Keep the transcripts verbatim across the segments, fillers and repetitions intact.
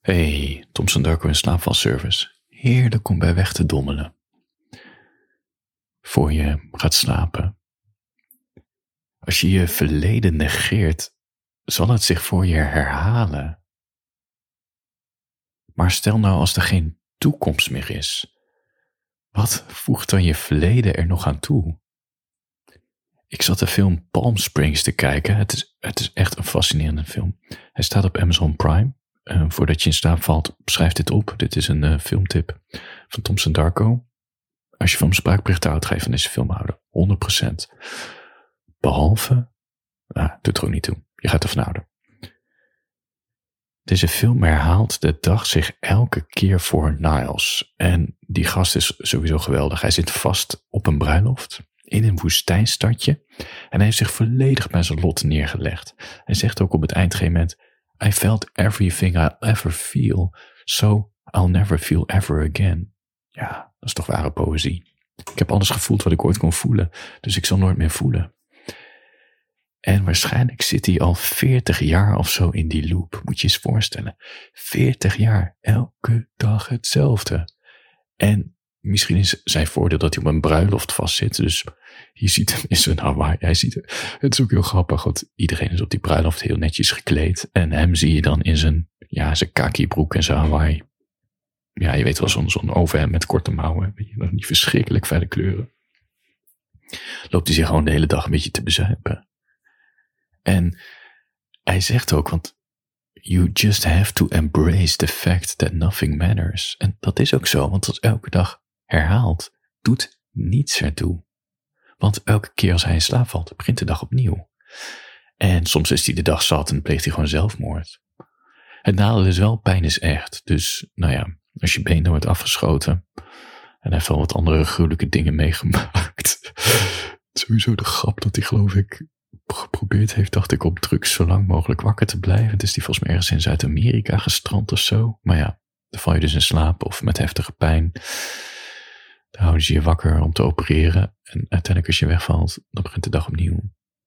Hey, Thompson Darko en slaapvalservice. Heerlijk om bij weg te dommelen. Voor je gaat slapen. Als je je verleden negeert, zal het zich voor je herhalen. Maar stel nou als er geen toekomst meer is. Wat voegt dan je verleden er nog aan toe? Ik zat de film Palm Springs te kijken. Het is, het is echt een fascinerende film. Hij staat op Amazon Prime. Uh, voordat je in slaap valt, schrijf dit op. Dit is een uh, filmtip van Thompson Darko. Als je van mijn spraakbericht houdt, ga je van deze film houden. honderd procent. Behalve, ah, doet er ook niet toe. Je gaat ervan houden. Deze film herhaalt de dag zich elke keer voor Niles. En die gast is sowieso geweldig. Hij zit vast op een bruiloft in een woestijnstadje. En hij heeft zich volledig bij zijn lot neergelegd. Hij zegt ook op het eind geen moment: I felt everything I'll ever feel, so I'll never feel ever again. Ja, dat is toch ware poëzie. Ik heb alles gevoeld wat ik ooit kon voelen, dus ik zal nooit meer voelen. En waarschijnlijk zit hij al veertig jaar of zo in die loop. Moet je eens voorstellen. veertig jaar, elke dag hetzelfde. En misschien is zijn voordeel dat hij op een bruiloft vastzit. Dus je ziet hem in zijn Hawaii. Hij ziet het. Het is ook heel grappig, want iedereen is op die bruiloft heel netjes gekleed. En hem zie je dan in zijn, ja, zijn kaki broek en zijn Hawaii. Ja, je weet wel, zo'n, zo'n overhemd met korte mouwen. Weet je, die verschrikkelijk fijne kleuren. Loopt hij zich gewoon de hele dag een beetje te bezuipen. En hij zegt ook, want you just have to embrace the fact that nothing matters. En dat is ook zo, want als elke dag herhaalt, doet niets ertoe. Want elke keer als hij in slaap valt, begint de dag opnieuw. En soms is hij de dag zat en pleegt hij gewoon zelfmoord. Het nadeel is wel, pijn is echt. Dus, nou ja, als je been wordt afgeschoten, en hij heeft wel wat andere gruwelijke dingen meegemaakt. Sowieso de grap dat hij, geloof ik, geprobeerd heeft, dacht ik, op drugs zo lang mogelijk wakker te blijven. Het is die volgens mij ergens in Zuid-Amerika gestrand of zo. Maar ja, dan val je dus in slaap of met heftige pijn. Dan houden ze je wakker om te opereren. En uiteindelijk als je wegvalt, dan begint de dag opnieuw.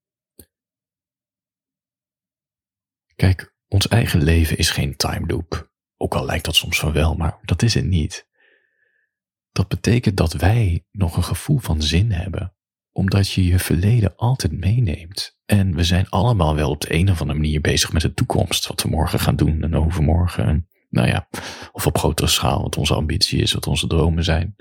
Kijk, ons eigen leven is geen time loop. Ook al lijkt dat soms van wel, maar dat is het niet. Dat betekent dat wij nog een gevoel van zin hebben, omdat je je verleden altijd meeneemt. En we zijn allemaal wel op de een of andere manier bezig met de toekomst. Wat we morgen gaan doen en overmorgen. En, nou ja, of op grotere schaal wat onze ambitie is, wat onze dromen zijn.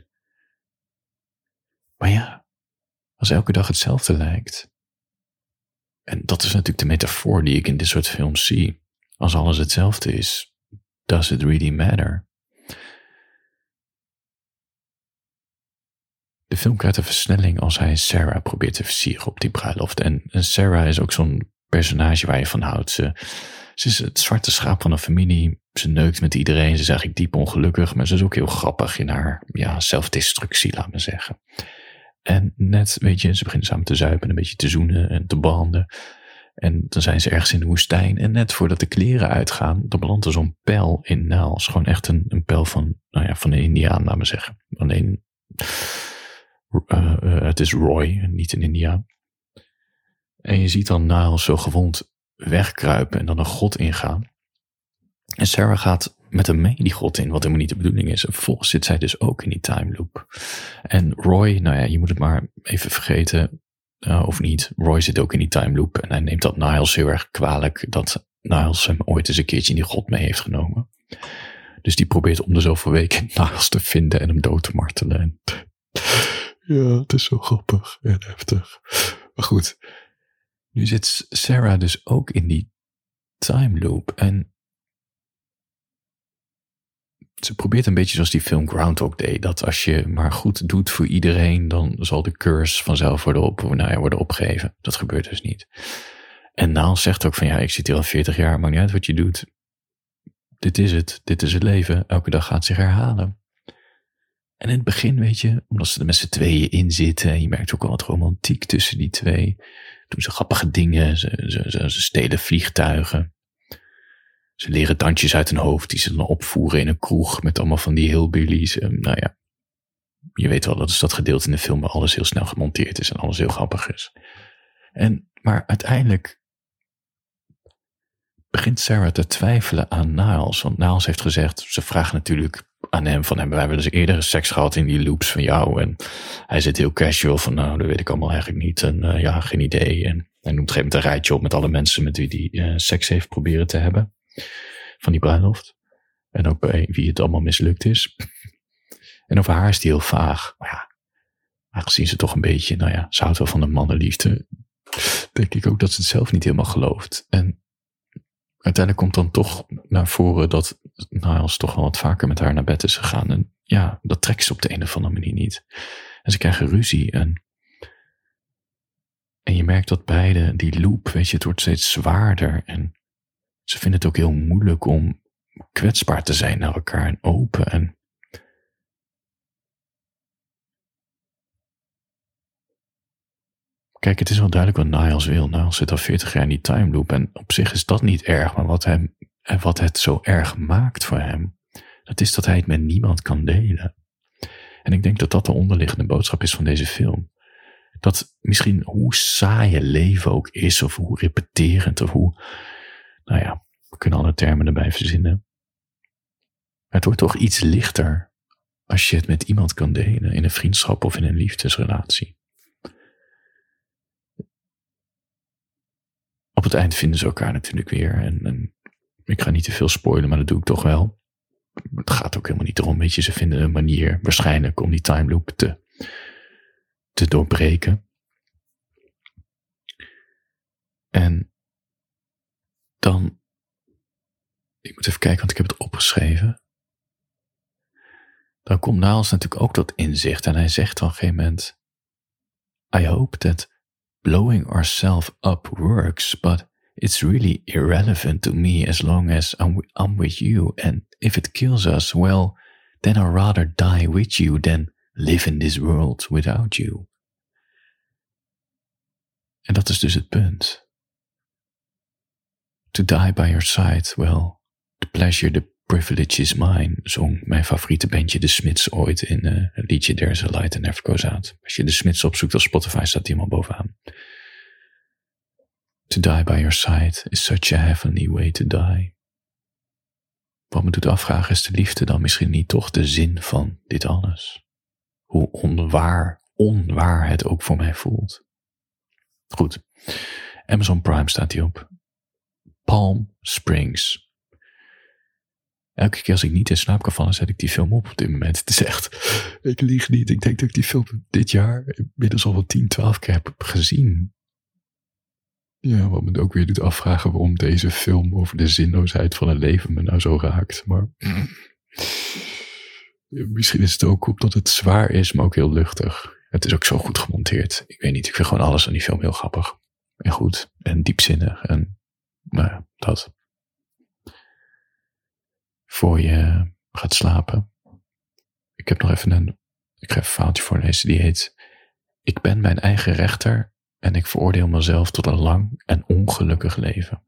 Maar ja, als elke dag hetzelfde lijkt. En dat is natuurlijk de metafoor die ik in dit soort films zie. Als alles hetzelfde is, does it really matter? De film krijgt een versnelling als hij Sarah probeert te versieren op die bruiloft. En, en Sarah is ook zo'n personage waar je van houdt. Ze, ze is het zwarte schaap van een familie. Ze neukt met iedereen. Ze is eigenlijk diep ongelukkig. Maar ze is ook heel grappig in haar ja, zelfdestructie, laat me zeggen. En net, weet je, ze beginnen samen te zuipen, een beetje te zoenen en te banden. En dan zijn ze ergens in de woestijn. En net voordat de kleren uitgaan, dan belandt er zo'n pijl in Niles. Gewoon echt een, een pijl van, nou ja, van een Indiaan, laat me zeggen. Alleen, uh, uh, het is Roy, niet een Indiaan. En je ziet dan Niles zo gewond wegkruipen en dan een grot ingaan. En Sarah gaat met hem mee die grot in, wat helemaal niet de bedoeling is. En vervolgens zit zij dus ook in die time loop. En Roy, nou ja, je moet het maar even vergeten, uh, of niet. Roy zit ook in die time loop en hij neemt dat Niles heel erg kwalijk, dat Niles hem ooit eens een keertje in die grot mee heeft genomen. Dus die probeert om de zoveel weken Niles te vinden en hem dood te martelen. En ja, het is zo grappig en heftig. Maar goed, nu zit Sarah dus ook in die time loop en ze probeert een beetje zoals die film Groundhog Day, dat als je maar goed doet voor iedereen, dan zal de curse vanzelf worden, op, nou ja, worden opgegeven. Dat gebeurt dus niet. En Niles zegt ook van ja, ik zit hier al veertig jaar, maakt niet uit wat je doet. Dit is het, dit is het leven, elke dag gaat zich herhalen. En in het begin, weet je, omdat ze er met z'n tweeën in zitten, en je merkt ook al wat romantiek tussen die twee, doen ze grappige dingen, ze, ze, ze, ze stelen vliegtuigen. Ze leren dansjes uit hun hoofd die ze dan opvoeren in een kroeg met allemaal van die hillbillies. Nou ja, je weet wel, dat is dat gedeelte in de film waar alles heel snel gemonteerd is en alles heel grappig is. En, maar uiteindelijk begint Sarah te twijfelen aan Niles. Want Niles heeft gezegd, ze vragen natuurlijk aan hem van, hebben wij wel eens eerder seks gehad in die loops van jou? En hij zit heel casual van, nou, dat weet ik allemaal eigenlijk niet. En uh, ja, geen idee. En hij noemt op een gegeven moment een rijtje op met alle mensen met wie hij uh, seks heeft proberen te hebben. Van die bruiloft. En ook bij wie het allemaal mislukt is. En over haar is die heel vaag. Maar ja, aangezien ze toch een beetje, nou ja, ze houdt wel van de mannenliefde, denk ik ook dat ze het zelf niet helemaal gelooft. En uiteindelijk komt dan toch naar voren dat Niles toch wel wat vaker met haar naar bed is gegaan. En ja, dat trekt ze op de een of andere manier niet. En ze krijgen ruzie. En, en je merkt dat beide, die loop, weet je, het wordt steeds zwaarder. En ze vinden het ook heel moeilijk om kwetsbaar te zijn naar elkaar en open. En kijk, het is wel duidelijk wat Niles wil. Niles zit al veertig jaar in die time loop. En op zich is dat niet erg. Maar wat, hem, wat het zo erg maakt voor hem, dat is dat hij het met niemand kan delen. En ik denk dat dat de onderliggende boodschap is van deze film. Dat misschien hoe saai je leven ook is, of hoe repeterend, of hoe, nou ja, we kunnen alle termen erbij verzinnen. Het wordt toch iets lichter als je het met iemand kan delen, in een vriendschap of in een liefdesrelatie. Op het eind vinden ze elkaar natuurlijk weer. En, en ik ga niet te veel spoilen, maar dat doe ik toch wel. Het gaat ook helemaal niet erom, weet je, ze vinden een manier waarschijnlijk om die time loop te, te doorbreken. En dan, ik moet even kijken, want ik heb het opgeschreven. Dan komt Niles natuurlijk ook tot inzicht en hij zegt op een gegeven moment, I hope that blowing ourselves up works, but it's really irrelevant to me as long as I'm, I'm with you. And if it kills us, well, then I'd rather die with you than live in this world without you. En dat is dus het punt. To die by your side, well, the pleasure, the privilege is mine, zong mijn favoriete bandje The Smiths ooit in uh, het liedje There's a Light That Never Goes Out. Als je The Smiths opzoekt op Spotify, staat die helemaal bovenaan. To die by your side is such a heavenly way to die. Wat me doet afvragen, is de liefde dan misschien niet toch de zin van dit alles? Hoe onwaar, onwaar het ook voor mij voelt. Goed, Amazon Prime staat die op. Palm Springs. Elke keer als ik niet in slaap kan vallen, zet ik die film op op dit moment. Het is echt, ik lieg niet. Ik denk dat ik die film dit jaar inmiddels al wel tien, twaalf keer heb gezien. Ja, wat me ook weer doet afvragen waarom deze film over de zinloosheid van het leven me nou zo raakt. Maar misschien is het ook omdat het zwaar is, maar ook heel luchtig. Het is ook zo goed gemonteerd. Ik weet niet, ik vind gewoon alles aan die film heel grappig. En goed. En diepzinnig. En nou ja, dat. Voor je gaat slapen. Ik heb nog even een, ik ga even een verhaaltje voorlezen. Die heet, ik ben mijn eigen rechter en ik veroordeel mezelf tot een lang en ongelukkig leven.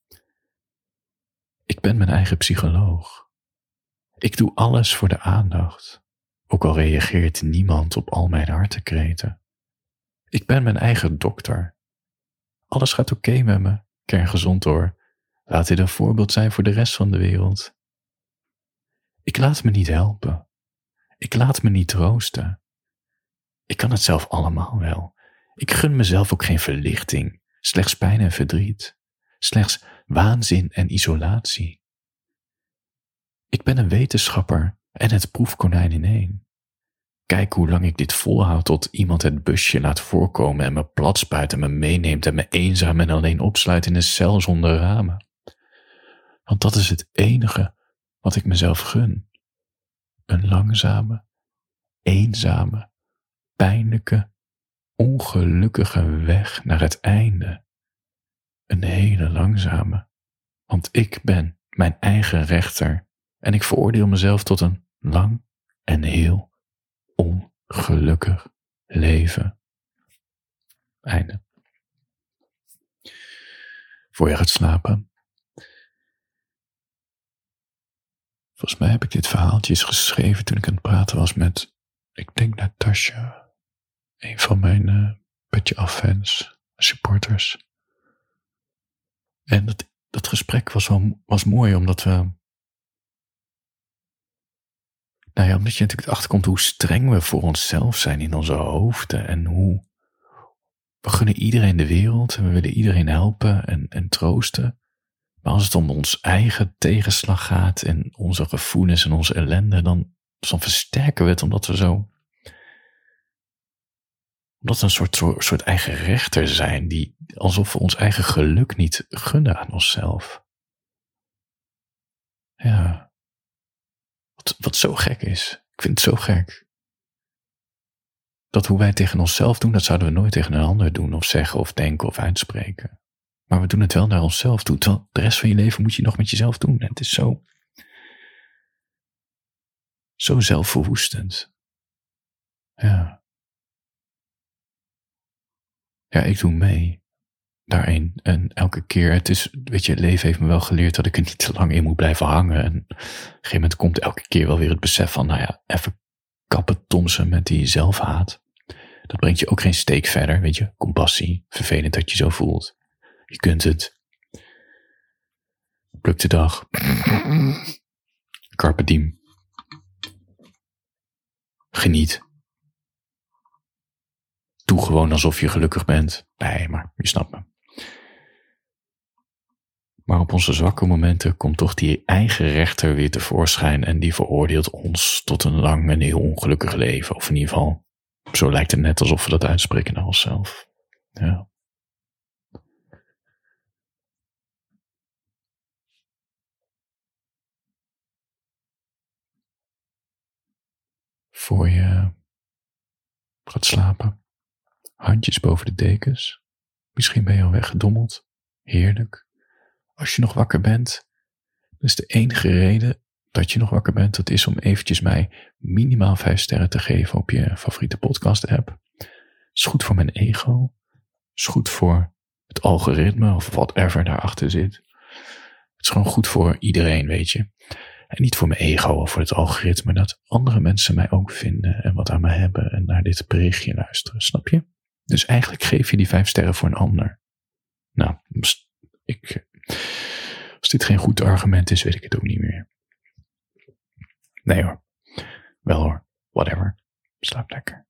Ik ben mijn eigen psycholoog. Ik doe alles voor de aandacht, ook al reageert niemand op al mijn hartekreten. Ik ben mijn eigen dokter. Alles gaat oké okay met me, kerngezond hoor. Laat dit een voorbeeld zijn voor de rest van de wereld. Ik laat me niet helpen. Ik laat me niet troosten. Ik kan het zelf allemaal wel. Ik gun mezelf ook geen verlichting, slechts pijn en verdriet, slechts waanzin en isolatie. Ik ben een wetenschapper en het proefkonijn in één. Kijk hoe lang ik dit volhoud tot iemand het busje laat voorkomen en me platspuit en me meeneemt en me eenzaam en alleen opsluit in een cel zonder ramen. Want dat is het enige wat ik mezelf gun. Een langzame, eenzame, pijnlijke, ongelukkige weg naar het einde. Een hele langzame, want ik ben mijn eigen rechter en ik veroordeel mezelf tot een lang en heel ongelukkig leven. Einde. Voor je gaat slapen. Volgens mij heb ik dit verhaaltje eens geschreven toen ik aan het praten was met, ik denk Natasja, een van mijn uh, Petje Af fans, supporters. En dat dat gesprek was, wel, was mooi, omdat we... Nou ja, omdat je natuurlijk achterkomt hoe streng we voor onszelf zijn in onze hoofden. En hoe... We gunnen iedereen de wereld en we willen iedereen helpen en, en troosten. Maar als het om ons eigen tegenslag gaat en onze gevoelens en onze ellende, dan, dan versterken we het omdat we zo... Omdat we een soort, soort, soort eigen rechter zijn, die alsof we ons eigen geluk niet gunnen aan onszelf. Ja. Wat, wat zo gek is. Ik vind het zo gek. Dat hoe wij tegen onszelf doen, dat zouden we nooit tegen een ander doen, of zeggen, of denken, of uitspreken. Maar we doen het wel naar onszelf toe, terwijl de rest van je leven moet je nog met jezelf doen. En het is zo, zo zelfverwoestend. Ja. Ja, ik doe mee daarin. En elke keer, het is, weet je, het leven heeft me wel geleerd dat ik er niet te lang in moet blijven hangen. En op een gegeven moment komt elke keer wel weer het besef van, nou ja, even kappen Thomsen met die zelfhaat. Dat brengt je ook geen steek verder, weet je. Compassie, vervelend dat je zo voelt. Je kunt het. Pluk de dag. Carpe diem. Geniet. Doe gewoon alsof je gelukkig bent. Nee, maar je snapt me. Maar op onze zwakke momenten komt toch die eigen rechter weer tevoorschijn en die veroordeelt ons tot een lang en heel ongelukkig leven. Of in ieder geval, zo lijkt het net alsof we dat uitspreken naar onszelf. Ja. Voor je gaat slapen, handjes boven de dekens. Misschien ben je al weggedommeld. Heerlijk. Als je nog wakker bent, is de enige reden dat je nog wakker bent, dat is om eventjes mij minimaal vijf sterren te geven op je favoriete podcast app. Het is goed voor mijn ego. Het is goed voor het algoritme of whatever daarachter zit. Het is gewoon goed voor iedereen, weet je. En niet voor mijn ego of voor het algoritme, dat andere mensen mij ook vinden en wat aan me hebben en naar dit berichtje luisteren, snap je? Dus eigenlijk geef je die vijf sterren voor een ander. Nou, ik, als dit geen goed argument is, weet ik het ook niet meer. Nee hoor. Wel hoor. Whatever. Slaap lekker.